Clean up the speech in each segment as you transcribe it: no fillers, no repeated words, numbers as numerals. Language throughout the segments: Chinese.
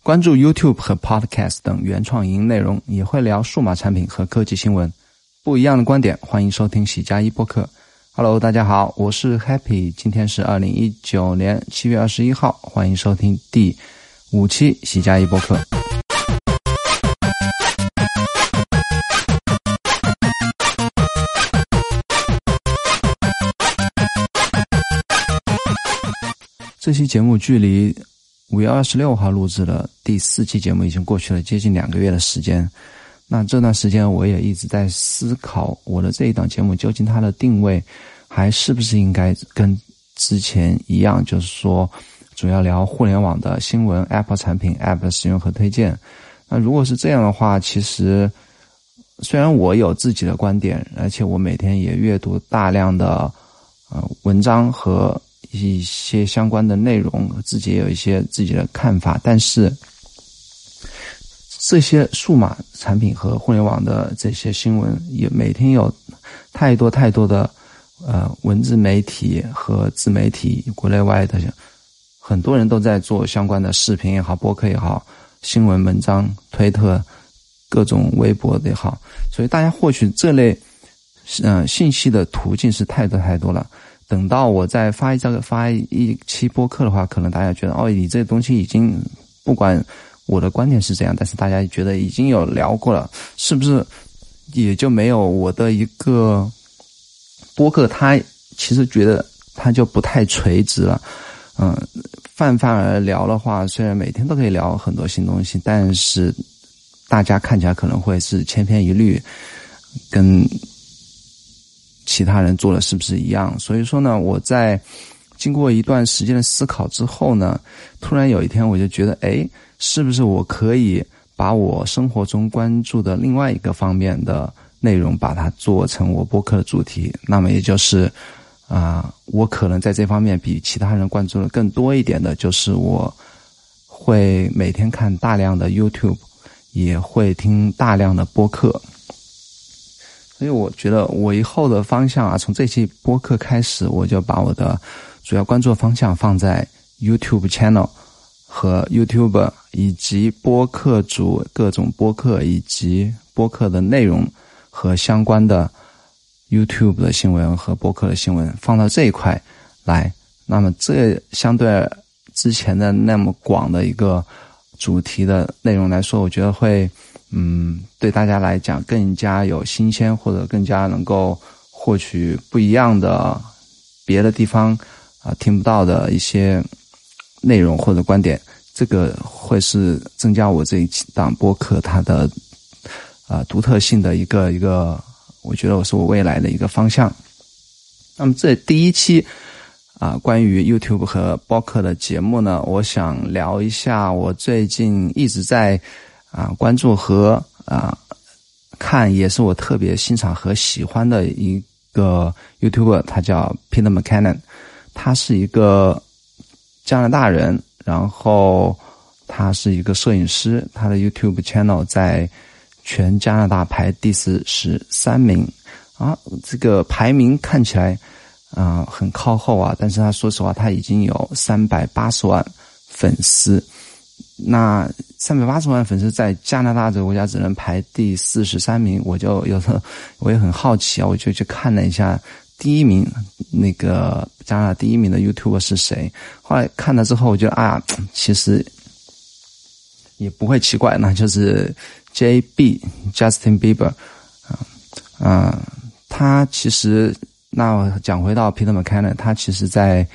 关注 YouTube 和 Podcast 等原创影音内容，也会聊数码产品和科技新闻。不一样的观点，欢迎收听喜加一播客。Hello， 大家好，我是 Happy， 今天是2019年7月21号，欢迎收听第5期喜加一播客。这期节目距离5月26号录制的第4期节目已经过去了接近2个月的时间。那这段时间我也一直在思考，我的这一档节目究竟它的定位还是不是应该跟之前一样，就是说主要聊互联网的新闻、Apple 产品、App 的使用和推荐。那如果是这样的话，其实虽然我有自己的观点，而且我每天也阅读大量的文章和一些相关的内容，自己也有一些自己的看法，但是这些数码产品和互联网的这些新闻也每天有太多的文字媒体和自媒体，国内外的很多人都在做相关的视频也好，播客也好，新闻文章、推特、各种微博也好，所以大家获取这类信息的途径是太多了。等到我再发一期播客的话，可能大家觉得你这东西已经不管我的观点是这样，但是大家觉得已经有聊过了，是不是也就没有我的一个播客他其实觉得他就不太垂直了。泛而聊的话，虽然每天都可以聊很多新东西，但是大家看起来可能会是千篇一律，跟其他人做的是不是一样。所以说呢，我在经过一段时间的思考之后呢，突然有一天我就觉得是不是我可以把我生活中关注的另外一个方面的内容把它做成我播客的主题。那么也就是我可能在这方面比其他人关注的更多一点的，就是我会每天看大量的 YouTube， 也会听大量的播客。所以我觉得我以后的方向从这期播客开始，我就把我的主要关注的方向放在 YouTube channel 和 YouTuber 以及播客主各种播客以及播客的内容和相关的 YouTube 的新闻和播客的新闻放到这一块来。那么这相对之前的那么广的一个主题的内容来说，我觉得会对大家来讲更加有新鲜，或者更加能够获取不一样的别的地方听不到的一些内容或者观点。这个会是增加我这一档播客它的独特性的一个我觉得我是我未来的一个方向。那么这第一期关于 YouTube 和播客的节目呢，我想聊一下我最近一直在关注和看，也是我特别欣赏和喜欢的一个 YouTuber， 他叫 Peter McKinnon， 他是一个加拿大人，然后他是一个摄影师，他的 YouTube channel 在全加拿大排第43名这个排名看起来很靠后但是他说实话他已经有380万粉丝。那380万粉丝在加拿大这个国家只能排第43名，我也很好奇我就去看了一下第一名，那个加拿大第一名的 YouTuber 是谁。后来看了之后我觉得其实也不会奇怪，那就是 JB Justin Bieber。他其实那我讲回到 Peter McKinnon， 他其实在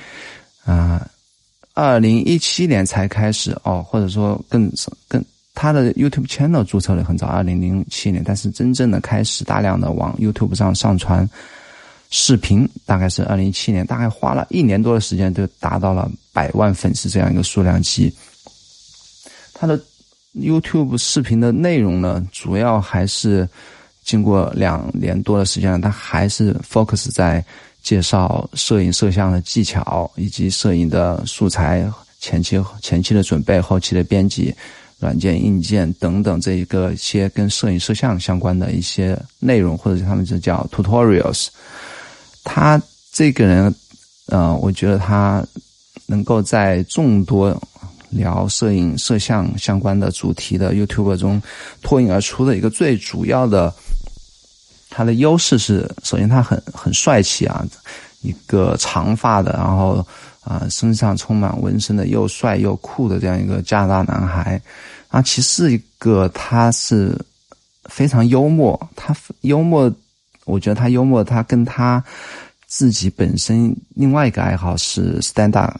2017年才开始或者说更他的 YouTube channel 注册的很早，2007年，但是真正的开始大量的往 YouTube 上上传视频大概是2017年，大概花了1年多的时间就达到了100万粉丝这样一个数量级。他的 YouTube 视频的内容呢，主要还是经过2年多的时间了，他还是 focus 在介绍摄影摄像的技巧，以及摄影的素材前期的准备，后期的编辑，软件硬件等等这一些跟摄影摄像相关的一些内容，或者他们就叫 tutorials。 他这个人我觉得他能够在众多聊摄影摄像相关的主题的 YouTuber 中脱颖而出的一个最主要的，他的优势是，首先他很帅气啊，一个长发的，然后身上充满纹身的又帅又酷的这样一个加拿大男孩。啊，其次一个他是非常幽默，我觉得他幽默，他跟他自己本身另外一个爱好是 stand up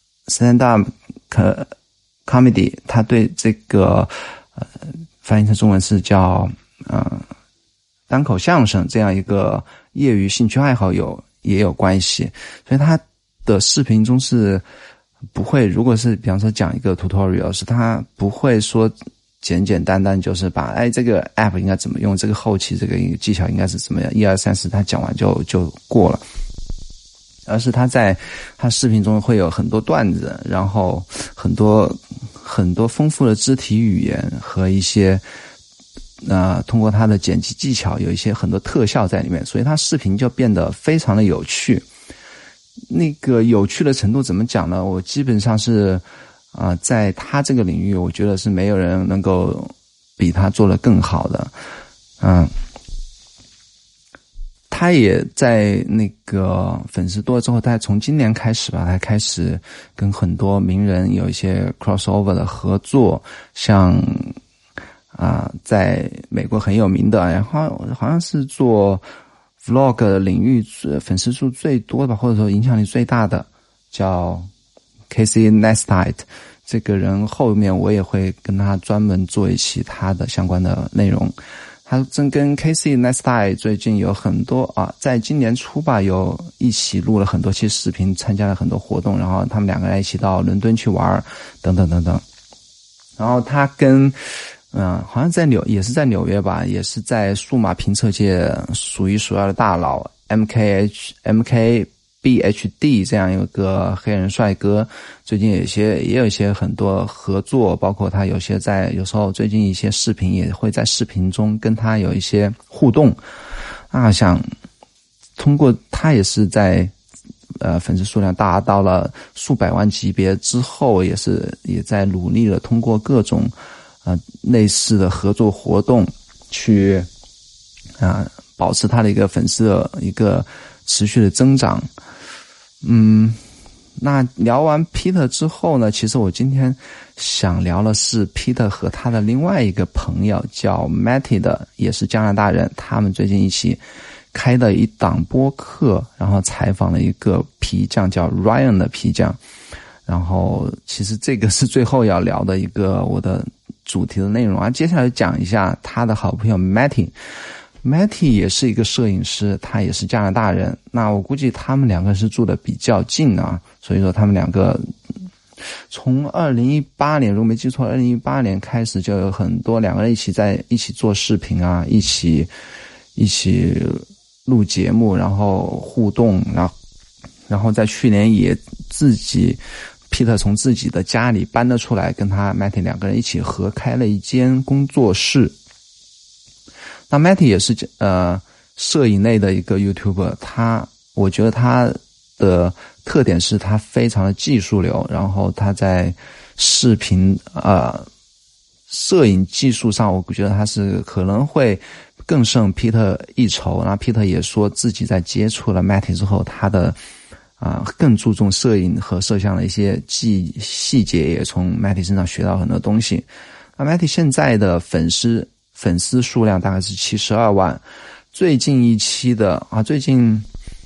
comedy， 他对这个翻译成中文是叫单口相声这样一个业余兴趣爱好也有关系，所以他的视频中是不会，如果是比方说讲一个 tutorial， 是他不会说简简单单就是把这个 app 应该怎么用，这个后期这个技巧应该是怎么样，1、2、3、4他讲完就过了，而是他在他视频中会有很多段子，然后很多丰富的肢体语言和一些通过他的剪辑技巧有一些很多特效在里面，所以他视频就变得非常的有趣。那个有趣的程度怎么讲呢？我基本上是在他这个领域，我觉得是没有人能够比他做得更好的。他也在那个粉丝多了之后，他从今年开始吧，他开始跟很多名人有一些 crossover 的合作，像在美国很有名的，然后好像是做 vlog 领域粉丝数最多的吧，或者说影响力最大的，叫 Casey Neistat。这个人后面我也会跟他专门做一期他的相关的内容。他正跟 Casey Neistat 最近有很多在今年初吧，有一起录了很多期视频，参加了很多活动，然后他们两个人一起到伦敦去玩等等等等。然后他跟好像也是在纽约吧，也是在数码评测界数一数二的大佬 MKBHD 这样一个黑人帅哥，最近也有一些很多合作，包括他有时候最近一些视频也会在视频中跟他有一些互动想通过他也是在粉丝数量达到了数百万级别之后，也在努力的通过各种类似的合作活动去保持他的一个粉丝的一个持续的增长。那聊完 Peter 之后呢，其实我今天想聊的是 Peter 和他的另外一个朋友叫 Matty 的，也是加拿大人，他们最近一起开的一档播客，然后采访了一个皮匠叫 Ryan 的皮匠。然后其实这个是最后要聊的一个我的主题的内容接下来讲一下他的好朋友 Matty 也是一个摄影师，他也是加拿大人。那我估计他们两个是住的比较近所以说他们两个从2018年，如果没记错2018年开始就有很多两个人一起做视频一起录节目，然后互动，然后在去年也Peter 从自己的家里搬了出来，跟他 Matty 两个人一起合开了一间工作室。那 Matty 也是摄影类的一个 YouTuber， 我觉得他的特点是他非常的技术流，然后他在视频摄影技术上，我觉得他是可能会更胜 Peter 一筹。那 Peter 也说自己在接触了 Matty 之后，他的更注重摄影和摄像的一些细节，也从 Matty 身上学到很多东西。那 Matty 现在的粉丝数量大概是72万，最近一期的最近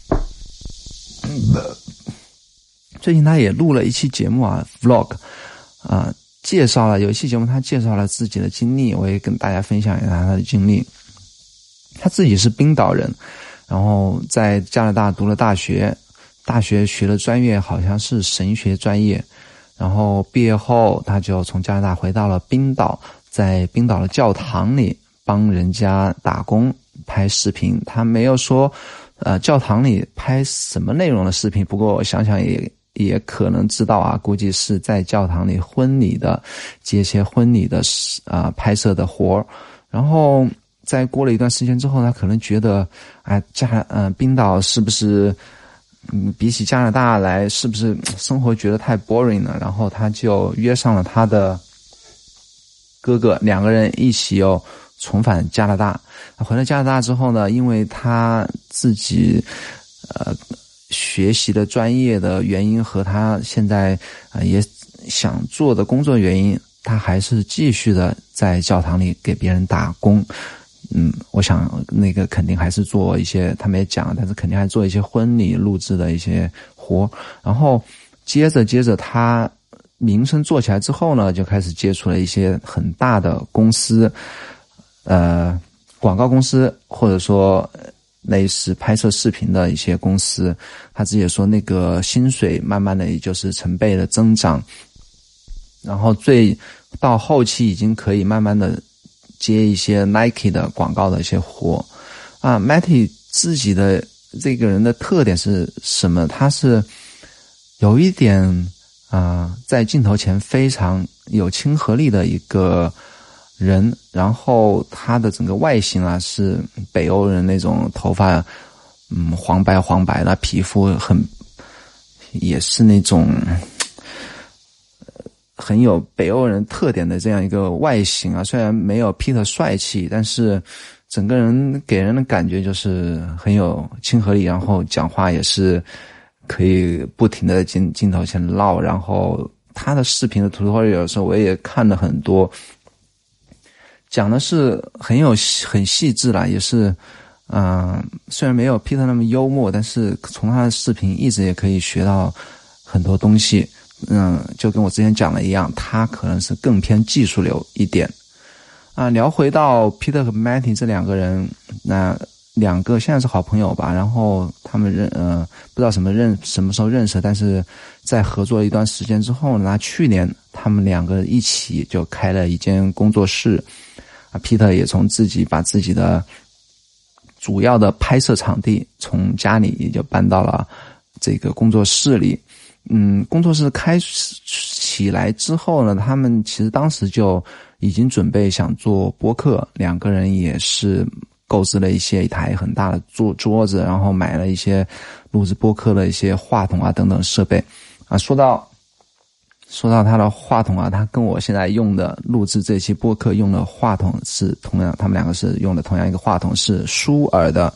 他也录了一期节目vlog 有一期节目他介绍了自己的经历，我也跟大家分享一下他的经历。他自己是冰岛人，然后在加拿大读了大学学的专业好像是神学专业，然后毕业后他就从加拿大回到了冰岛，在冰岛的教堂里帮人家打工拍视频。他没有说教堂里拍什么内容的视频，不过我想想也可能知道估计是在教堂里接些婚礼的拍摄的活。然后在过了一段时间之后，他可能觉得冰岛是不是比起加拿大来，是不是生活觉得太 boring 了？然后他就约上了他的哥哥，两个人一起又重返加拿大。回到加拿大之后呢，因为他自己学习的专业的原因和他现在也想做的工作原因，他还是继续的在教堂里给别人打工。我想那个肯定还是做一些，他没讲，但是肯定还做一些婚礼录制的一些活。然后接着他名声做起来之后呢，就开始接触了一些很大的公司，广告公司，或者说类似拍摄视频的一些公司。他自己也说那个薪水慢慢的也就是成倍的增长，然后到后期已经可以慢慢的接一些 Nike 的广告的一些活啊。Matty 自己的这个人的特点是什么？他是有一点在镜头前非常有亲和力的一个人，然后他的整个外形是北欧人那种头发黄白的，皮肤也是那种很有北欧人特点的这样一个外形虽然没有 Peter 帅气，但是整个人给人的感觉就是很有亲和力，然后讲话也是可以不停的镜头前唠，然后他的视频的tutorial有时候我也看了很多，讲的是很细致啦，也是虽然没有 Peter 那么幽默，但是从他的视频一直也可以学到很多东西。就跟我之前讲的一样，他可能是更偏技术流一点聊回到 Peter 和 Matty 这两个人，那两个现在是好朋友吧，然后他们不知道什么时候认识，但是在合作了一段时间之后呢，去年他们两个一起就开了一间工作室Peter 也把自己的主要的拍摄场地从家里也就搬到了这个工作室里。工作室开起来之后呢，他们其实当时就已经准备想做播客，两个人也是购置了一台很大的桌子，然后买了一些录制播客的一些话筒等等设备说到他的话筒他跟我现在用的录制这期播客用的话筒是同样，他们两个是用的同样一个话筒，是舒尔的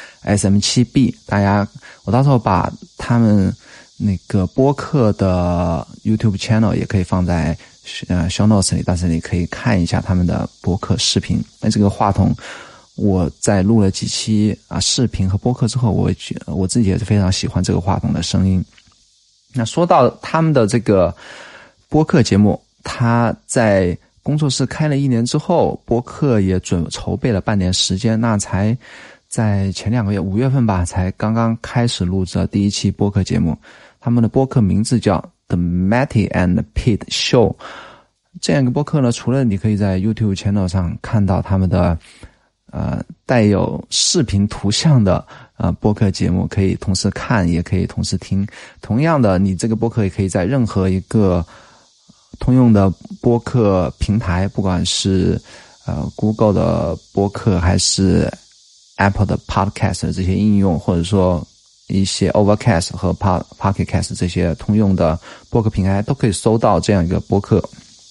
SM7B。 我到时候把他们那个播客的 YouTube channel 也可以放在show notes 里，但是你可以看一下他们的播客视频。那这个话筒我在录了几期视频和播客之后，我自己也是非常喜欢这个话筒的声音。那说到他们的这个播客节目，他在工作室开了1年之后，播客也筹备了半年时间，那才在前2个月5月份吧，才刚刚开始录制了第1期播客节目。他们的播客名字叫 The Matty and Pete Show。 这样一个播客呢，除了你可以在 YouTube channel 上看到他们的带有视频图像的播客节目，可以同时看也可以同时听。同样的，你这个播客也可以在任何一个通用的播客平台，不管是Google 的播客还是 Apple 的 Podcast 这些应用，或者说一些 Overcast 和 Pocket Cast 这些通用的播客平台，都可以搜到这样一个播客。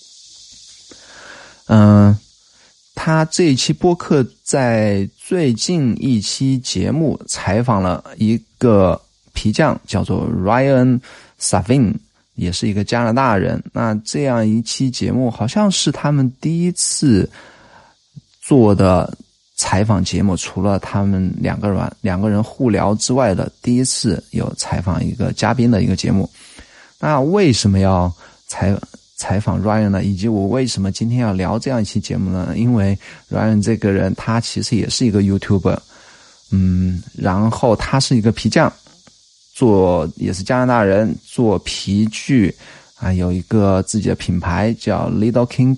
他这一期播客在最近一期节目采访了一个皮匠，叫做 Ryan Savin， 也是一个加拿大人。那这样一期节目好像是他们第一次做的采访节目，除了他们两个人互聊之外的第一次有采访一个嘉宾的一个节目。那为什么要采访 Ryan 呢？以及我为什么今天要聊这样一期节目呢？因为 Ryan 这个人他其实也是一个 YouTuber， 然后他是一个皮匠，也是加拿大人，做皮具有一个自己的品牌叫 Little King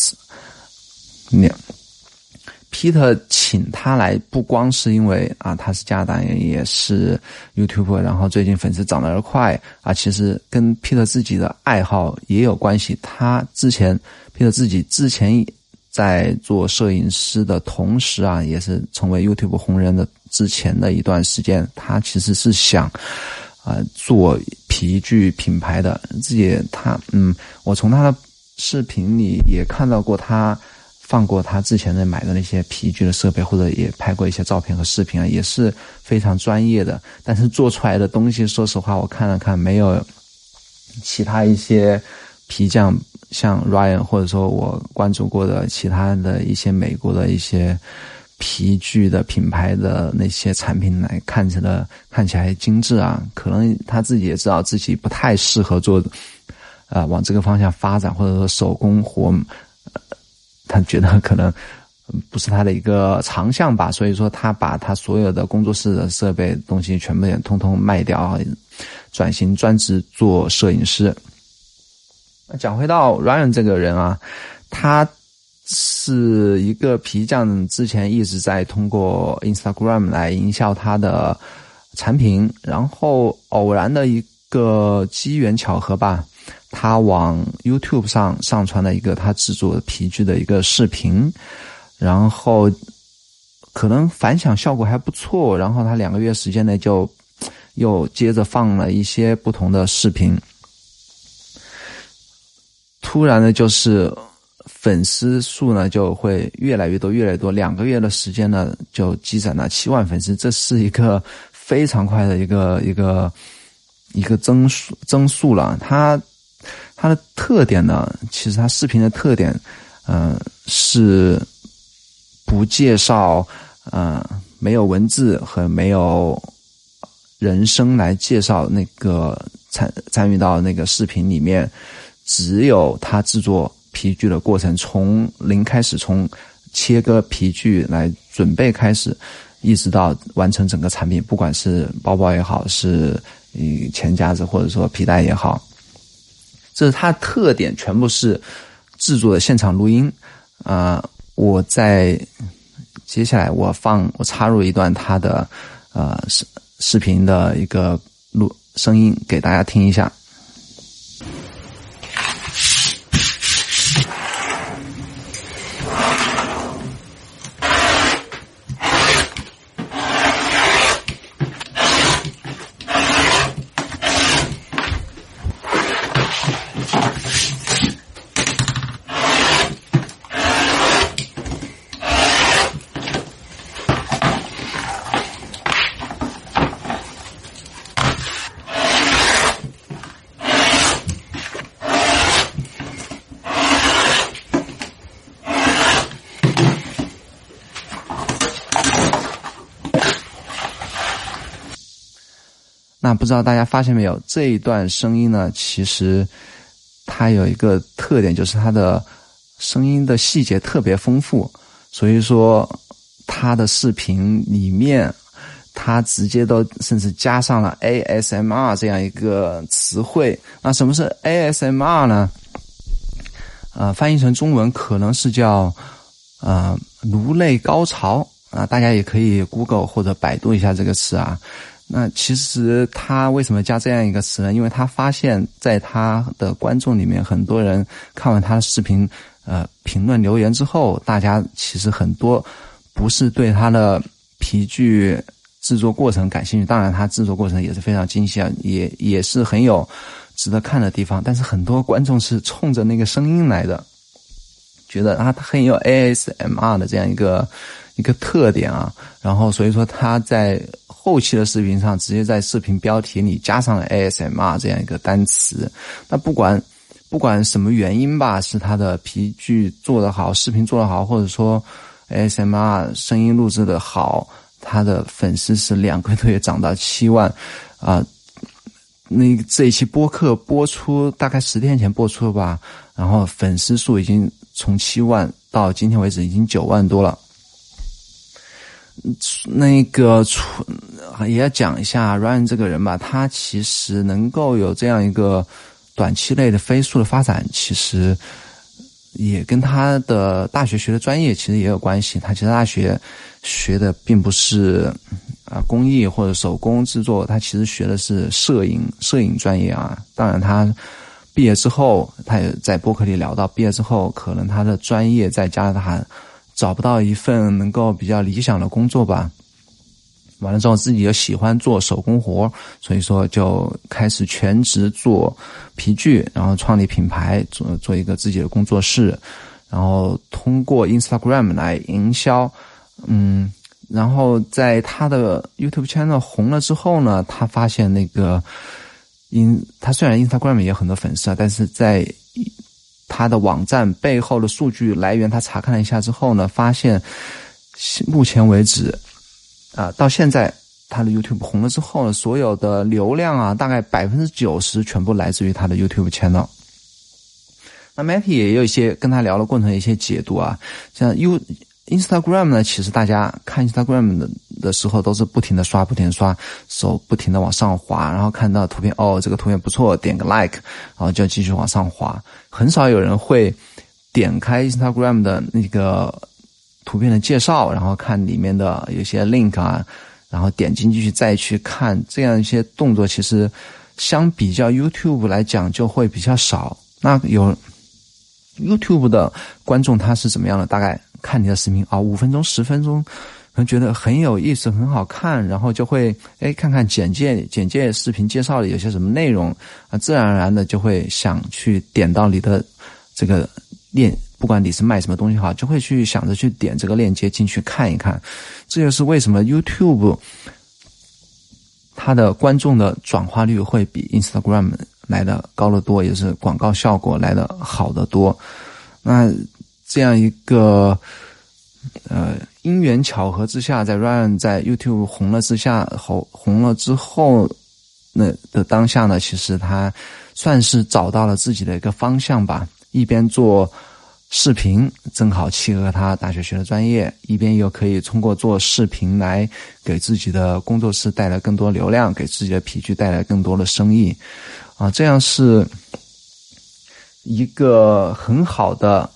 Goods。Peter 请他来不光是因为他是加拿大人，也是 YouTuber， 然后最近粉丝涨得而快其实跟 Peter 自己的爱好也有关系。Peter 自己之前在做摄影师的同时也是成为 YouTube 红人的之前的一段时间，他其实是想做皮具品牌的，自己我从他的视频里也看到过他放过他之前的买的那些皮具的设备，或者也拍过一些照片和视频啊，也是非常专业的。但是做出来的东西，说实话，我看了看，没有其他一些皮匠像 Ryan 或者说我关注过的其他的一些美国的一些皮具的品牌的那些产品来看起来精致啊，可能他自己也知道自己不太适合做往这个方向发展，或者说手工活他觉得可能不是他的一个长项吧，所以说他把他所有的工作室的设备东西全部也通通卖掉，转型专职做摄影师。讲回到 Ryan 这个人啊，他是一个皮匠，之前一直在通过 Instagram 来营销他的产品，然后偶然的一个机缘巧合吧，他往 YouTube 上上传了一个他制作皮具的一个视频，然后可能反响效果还不错，然后他2个月时间内就又接着放了一些不同的视频，突然呢就是粉丝数呢就会越来越多，2个月的时间呢就积攒了7万粉丝，这是一个非常快的一个增速了。它的特点呢，其实它视频的特点是不介绍没有文字和没有人声来介绍那个参与到那个视频里面，只有他制作皮具的过程，从零开始，从切割皮具来准备开始，一直到完成整个产品，不管是包包也好，是钱夹子或者说皮带也好，这是它的特点，全部是制作的现场录音。我在接下来我插入一段它的视频的一个声音给大家听一下。那不知道大家发现没有，这一段声音呢，其实它有一个特点，就是它的声音的细节特别丰富，所以说它的视频里面它直接都甚至加上了 ASMR 这样一个词汇。那什么是 ASMR 呢？翻译成中文可能是叫颅内高潮啊，大家也可以 Google 或者百度一下这个词啊。那其实他为什么加这样一个词呢？因为他发现在他的观众里面，很多人看完他的视频评论留言之后，大家其实很多不是对他的皮具制作过程感兴趣，当然他制作过程也是非常精细啊，也是很有值得看的地方，但是很多观众是冲着那个声音来的，觉得他很有 ASMR 的这样一个特点啊，然后所以说他在后期的视频上直接在视频标题里加上了 ASMR 这样一个单词。那不管什么原因吧，是他的皮具做得好，视频做得好，或者说 ASMR 声音录制的好，他的粉丝是2个多月涨到7万啊。这一期播客播出大概10天前播出吧，然后粉丝数已经从7万到今天为止已经9万多了。那个也要讲一下 Ryan 这个人吧，他其实能够有这样一个短期内的飞速的发展，其实也跟他的大学学的专业其实也有关系。他其实大学学的并不是工艺或者手工制作，他其实学的是摄影专业啊。当然他毕业之后，他也在播客里聊到，毕业之后可能他的专业再加上他找不到一份能够比较理想的工作吧， 完了之后自己又喜欢做手工活，所以说就开始全职做皮具，然后创立品牌，做一个自己的工作室，然后通过 Instagram 来营销。然后在他的 YouTube channel 红了之后呢，他发现那个他虽然 Instagram 也有很多粉丝啊，但是在他的网站背后的数据来源他查看了一下之后呢，发现目前为止到现在他的 YouTube 红了之后呢，所有的流量啊，大概 90% 全部来自于他的 YouTube channel。那 Matty 也有一些跟他聊的过程的一些解读啊，像Instagram 呢，其实大家看 Instagram 的时候都是不停的刷，手不停的往上滑，然后看到图片，这个图片不错，点个 like， 然后就继续往上滑。很少有人会点开 Instagram 的那个图片的介绍，然后看里面的有些 link 啊，然后点进去再去看，这样一些动作其实相比较 YouTube 来讲就会比较少。那有 YouTube 的观众他是怎么样的？大概看你的视频5分钟10分钟，可能觉得很有意思很好看，然后就会看看简介视频介绍的有些什么内容自然而然的就会想去点到你的这个不管你是卖什么东西好，就会去想着去点这个链接进去看一看。这就是为什么 YouTube 它的观众的转化率会比 Instagram 来的高得多，也是广告效果来的好得多。那这样一个因缘巧合之下，在 Ryan 在 YouTube 红了之后的当下呢，其实他算是找到了自己的一个方向吧，一边做视频正好契合他大学学的专业，一边又可以通过做视频来给自己的工作室带来更多流量，给自己的皮具带来更多的生意这样是一个很好的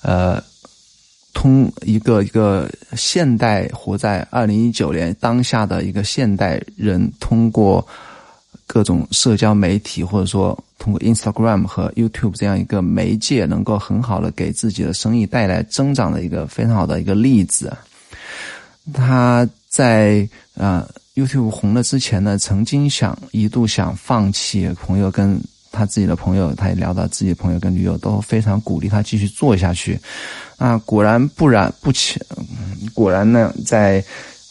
一个现代活在2019年当下的一个现代人，通过各种社交媒体或者说通过 Instagram 和 YouTube 这样一个媒介，能够很好的给自己的生意带来增长的一个非常好的一个例子。他在YouTube 红了之前呢，曾经一度想放弃，朋友跟他自己的朋友，他也聊到自己的朋友跟女友都非常鼓励他继续做下去。果然呢，在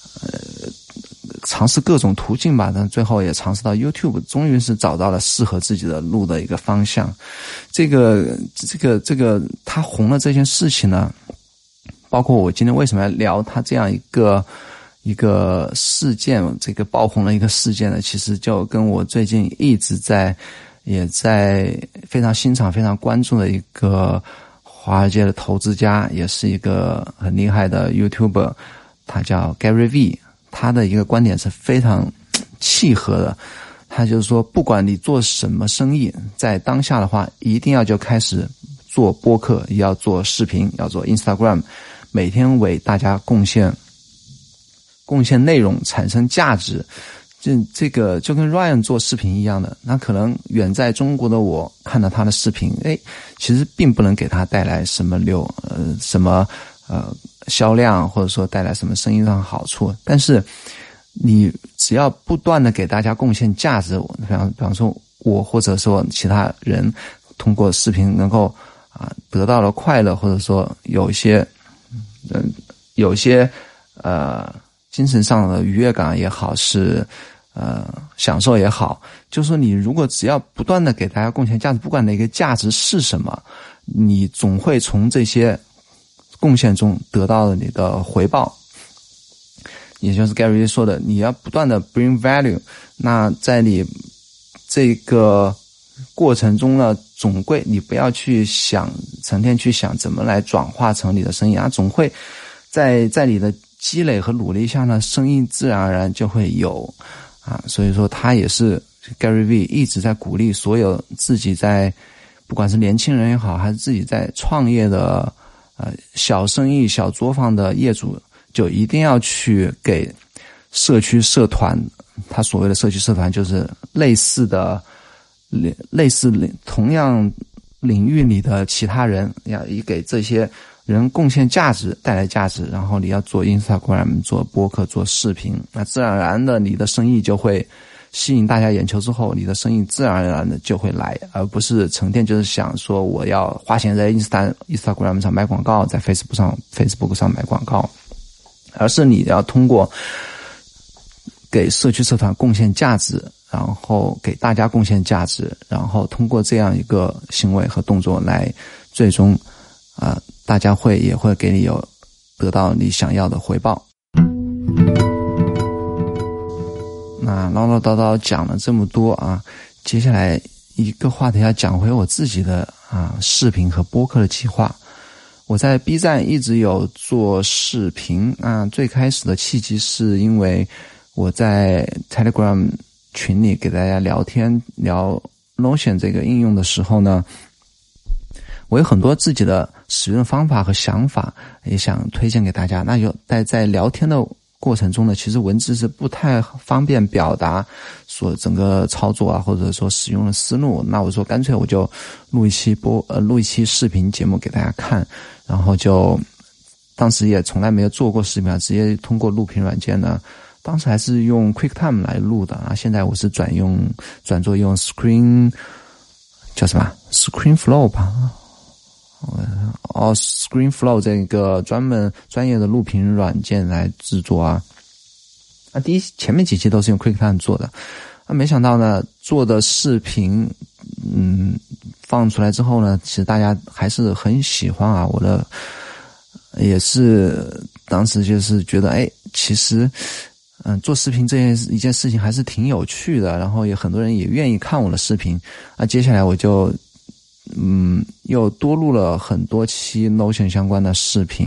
尝试各种途径吧，但最后也尝试到 YouTube， 终于是找到了适合自己的路的一个方向。这个他红了这件事情呢，包括我今天为什么要聊他这样一个事件，这个爆红的一个事件呢，其实就跟我最近一直也在非常欣赏非常关注的一个华尔街的投资家，也是一个很厉害的 YouTuber， 他叫 Gary V， 他的一个观点是非常契合的。他就是说，不管你做什么生意，在当下的话一定要就开始做播客，也要做视频，要做 Instagram， 每天为大家贡献内容，产生价值。这个就跟 Ryan 做视频一样的，那可能远在中国的我看到他的视频，其实并不能给他带来什么销量，或者说带来什么生意上的好处，但是你只要不断的给大家贡献价值，比方说我或者说其他人通过视频能够得到了快乐，或者说有一些精神上的愉悦感也好，是享受也好，就是说你如果只要不断的给大家贡献价值，不管哪个价值是什么，你总会从这些贡献中得到了你的回报。也就是 Gary 说的，你要不断的 bring value， 那在你这个过程中呢，总归你不要去成天去想怎么来转化成你的生意总会在你的积累和努力下呢，生意自然而然就会有所以说他也是 Gary V 一直在鼓励所有自己在不管是年轻人也好，还是自己在创业的小生意小作坊的业主，就一定要去给社区社团，他所谓的社区社团就是类似同样领域里的其他人，要以给这些人贡献价值，带来价值，然后你要做 Instagram 做播客做视频，那自然而然的你的生意就会吸引大家眼球之后，你的生意自然而然的就会来，而不是成天就是想说我要花钱在 Instagram 上买广告，在 Facebook 上买广告，而是你要通过给社区社团贡献价值，然后给大家贡献价值，然后通过这样一个行为和动作来最终大家也会给你得到你想要的回报。那唠唠叨叨讲了这么多接下来一个话题要讲回我自己的视频和播客的计划。我在 B 站一直有做视频最开始的契机是因为我在 Telegram 群里给大家聊天聊 Notion 这个应用的时候呢，我有很多自己的使用方法和想法也想推荐给大家。那在聊天的过程中呢，其实文字是不太方便表达所整个操作或者说使用的思路，那我说干脆我就录一期视频节目给大家看，然后就当时也从来没有做过视频直接通过录屏软件呢，当时还是用 QuickTime 来录的现在我是转做用 ScreenFlow 吧ScreenFlow 这个专业的录屏软件来制作前面几期都是用 QuickTime 做的没想到呢做的视频放出来之后呢，其实大家还是很喜欢我的也是当时就是觉得其实做视频一件事情还是挺有趣的，然后有很多人也愿意看我的视频接下来我就又多录了很多期 Notion 相关的视频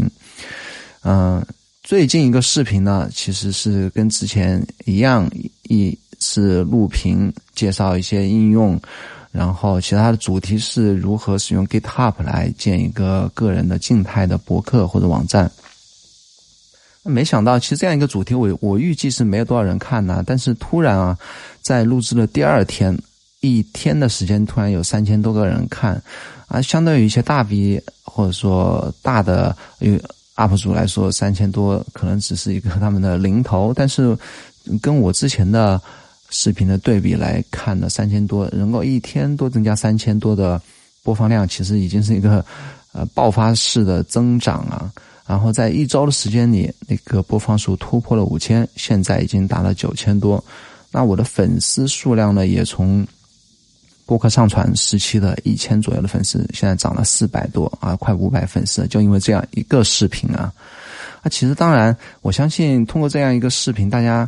最近一个视频呢其实是跟之前一样是录屏介绍一些应用，然后其他的主题是如何使用 GitHub 来建一个个人的静态的博客或者网站。没想到其实这样一个主题我预计是没有多少人看但是突然在录制的第二天一天的时间突然有3000多个人看相对于一些大 V 或者说大的UP 主来说3000多可能只是一个他们的零头，但是跟我之前的视频的对比来看呢，3000多能够一天多增加3000多的播放量，其实已经是一个爆发式的增长然后在一周的时间里，那个播放数突破了5000，现在已经达到9000多。那我的粉丝数量呢，也从播客上传时期的1000左右的粉丝，现在涨了400多快500粉丝，就因为这样一个视频其实当然，我相信通过这样一个视频，大家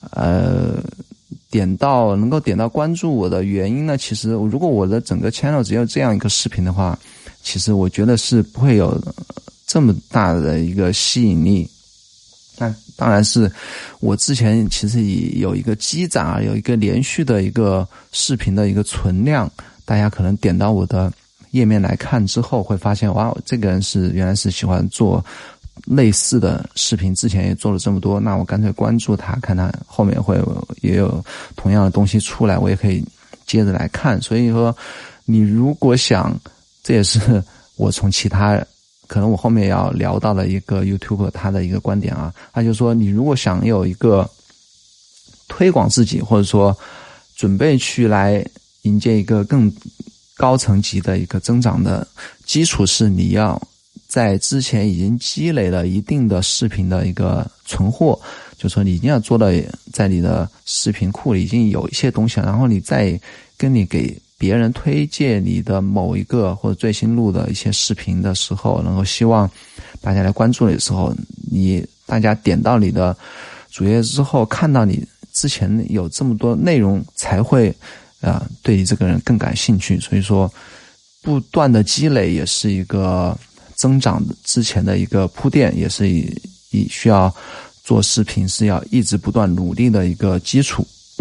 能够点到关注我的原因呢，其实如果我的整个 channel 只有这样一个视频的话，其实我觉得是不会有这么大的一个吸引力。那当然是我之前其实也有一个积攒有一个连续的一个视频的一个存量，大家可能点到我的页面来看之后会发现哇，这个人原来是喜欢做类似的视频，之前也做了这么多，那我干脆关注他，看他后面也有同样的东西出来，我也可以接着来看。所以说你如果想，这也是我从其他可能我后面要聊到的一个 YouTuber 他的一个观点他就说你如果想有一个推广自己，或者说准备去来迎接一个更高层级的一个增长的基础，是你要在之前已经积累了一定的视频的一个存货，就说你一定要做到在你的视频库里已经有一些东西了，然后你再给别人推荐你的某一个或者最新录的一些视频的时候，能够希望大家来关注你的时候，大家点到你的主页之后，看到你之前有这么多内容，才会对你这个人更感兴趣。所以说不断的积累也是一个增长之前的一个铺垫，也是需要做视频是要一直不断努力的一个基础。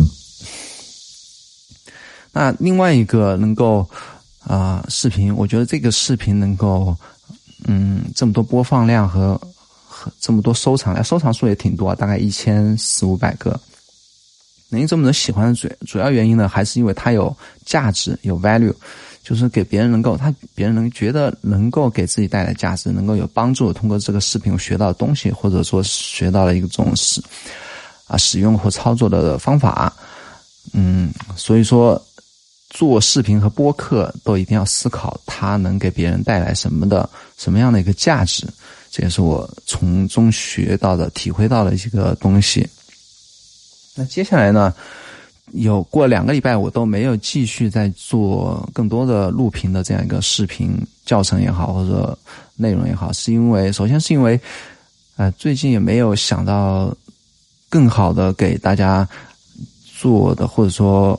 那另外一个能够视频，我觉得这个视频能够这么多播放量和这么多收藏量，收藏数也挺多大概1400-500个，能有这么多喜欢的主要原因呢，还是因为它有价值有 value。 就是给别人别人能觉得能够给自己带来价值，能够有帮助，通过这个视频我学到的东西，或者说学到了一种使用或操作的方法。所以说做视频和播客都一定要思考它能给别人带来什么样的一个价值，这也是我从中学到的体会到的一个东西。那接下来呢，有过2个礼拜我都没有继续在做更多的录屏的这样一个视频教程也好，或者内容也好，首先是因为最近也没有想到更好的给大家做的，或者说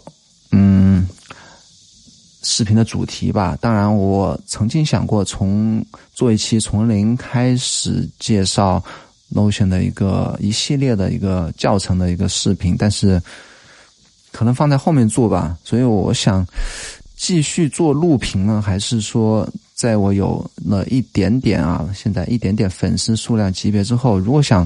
视频的主题吧。当然我曾经想过做一期从零开始介绍 Notion 的一系列的一个教程的一个视频，但是可能放在后面做吧。所以我想继续做录屏呢，还是说在我有了一点点现在一点点粉丝数量级别之后，如果想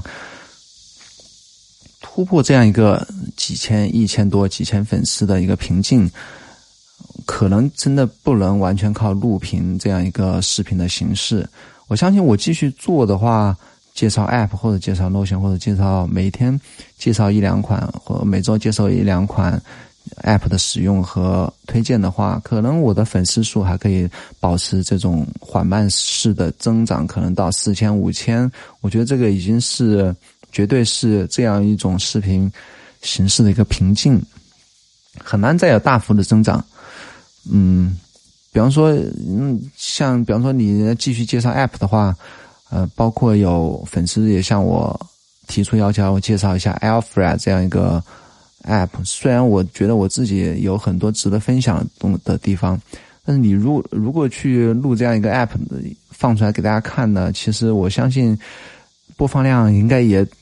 突破这样一个几千多几千粉丝的一个瓶颈，可能真的不能完全靠录屏这样一个视频的形式。我相信我继续做的话，介绍 App 或者介绍 Notion 或者每天介绍1-2款，或者每周介绍1-2款 App 的使用和推荐的话，可能我的粉丝数还可以保持这种缓慢式的增长，可能到4000、5000。我觉得这个已经是绝对是这样一种视频形式的一个瓶颈，很难再有大幅的增长。比方说你继续介绍 App 的话，包括有粉丝也向我提出要求，我介绍一下 Alfred 这样一个 App。虽然我觉得我自己有很多值得分享的地方，但是你如果去录这样一个 App 放出来给大家看呢，其实我相信播放量应该也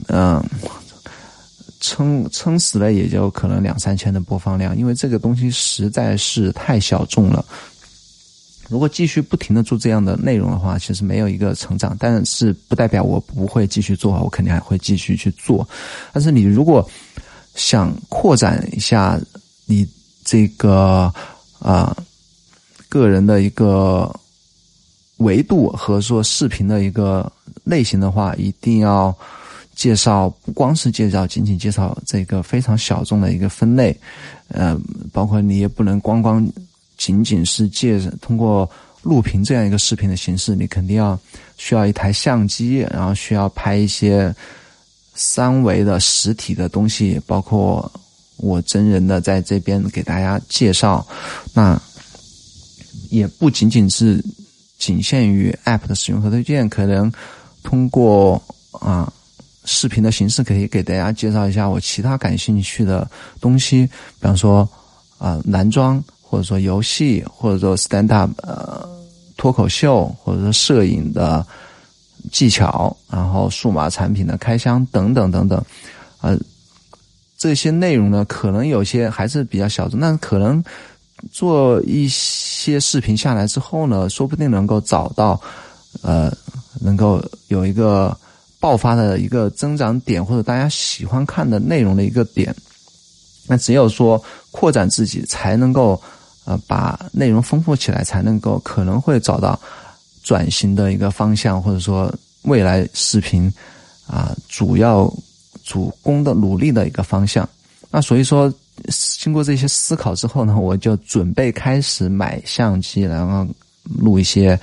撑死了也就可能2-3千的播放量，因为这个东西实在是太小众了。如果继续不停的做这样的内容的话，其实没有一个成长，但是不代表我不会继续做，我肯定还会继续去做。但是你如果想扩展一下你这个个人的一个维度和说视频的一个类型的话，一定要介绍，不光是仅仅介绍这个非常小众的一个分类，包括你也不能仅仅是通过录屏这样一个视频的形式，你肯定需要一台相机，然后需要拍一些3维的实体的东西，包括我真人的在这边给大家介绍。那也不仅限于 App 的使用和推荐，可能通过视频的形式可以给大家介绍一下我其他感兴趣的东西，比方说男装，或者说游戏，或者说 stand up 脱口秀，或者说摄影的技巧，然后数码产品的开箱等等等等。这些内容呢，可能有些还是比较小众，但可能做一些视频下来之后呢，说不定能够找到能够有一个爆发的一个增长点，或者大家喜欢看的内容的一个点。那只有说扩展自己，才能够把内容丰富起来，才能够可能会找到转型的一个方向，或者说未来视频主攻的努力的一个方向。那所以说经过这些思考之后呢，我就准备开始买相机，然后录一些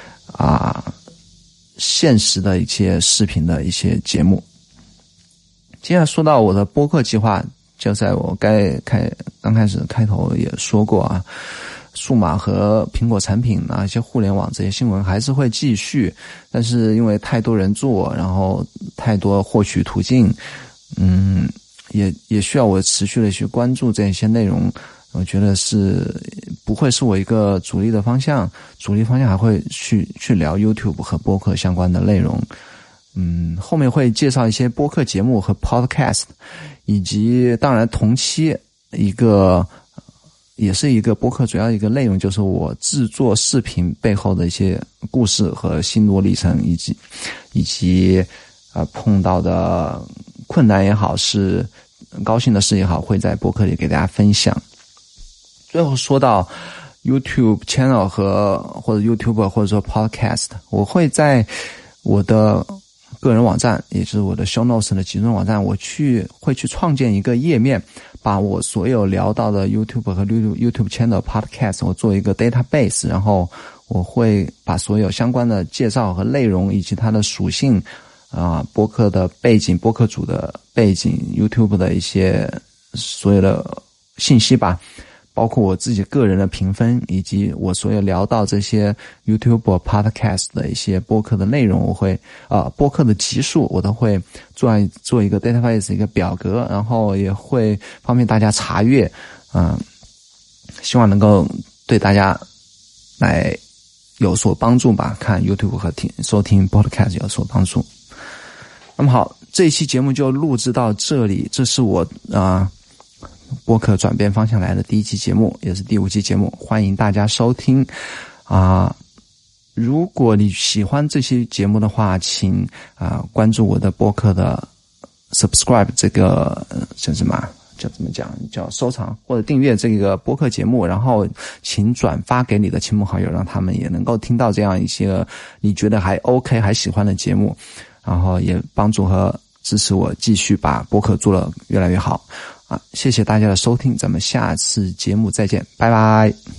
现实的一些视频的一些节目。接下来说到我的播客计划，就在我刚开始开头也说过数码和苹果产品一些互联网这些新闻还是会继续，但是因为太多人做，然后太多获取途径，也需要我持续的去关注这些内容。我觉得不会是我一个主力的方向，主力方向还会去聊 YouTube 和播客相关的内容。后面会介绍一些播客节目和 podcast， 以及当然同期也是一个播客主要一个内容，就是我制作视频背后的一些故事和心路历程，以及碰到的困难也好，是高兴的事也好，会在播客里给大家分享。最后说到 YouTube channel 或者 YouTube 或者说 Podcast， 我会在我的个人网站，也就是我的 Show Notes 的集中网站，会去创建一个页面，把我所有聊到的 YouTube 和 YouTube channel Podcast 我做一个 database， 然后我会把所有相关的介绍和内容以及它的属性播客的背景，播客主的背景， YouTube 的一些所有的信息吧，包括我自己个人的评分，以及我所有聊到这些 YouTube Podcast 的一些播客的内容，我会播客的集数我都会做一个 database 一个表格，然后也会方便大家查阅，希望能够对大家来有所帮助吧，看 YouTube 和收听 Podcast 有所帮助。那么好，这一期节目就录制到这里，这是我播客转变方向来的第一期节目，也是第5期节目，欢迎大家收听如果你喜欢这期节目的话，请关注我的播客的 subscribe 这个叫什么叫收藏或者订阅这个播客节目，然后请转发给你的亲朋好友，让他们也能够听到这样一些你觉得还 OK 还喜欢的节目，然后也帮助和支持我继续把播客做得越来越好。谢谢大家的收听，咱们下次节目再见，拜拜。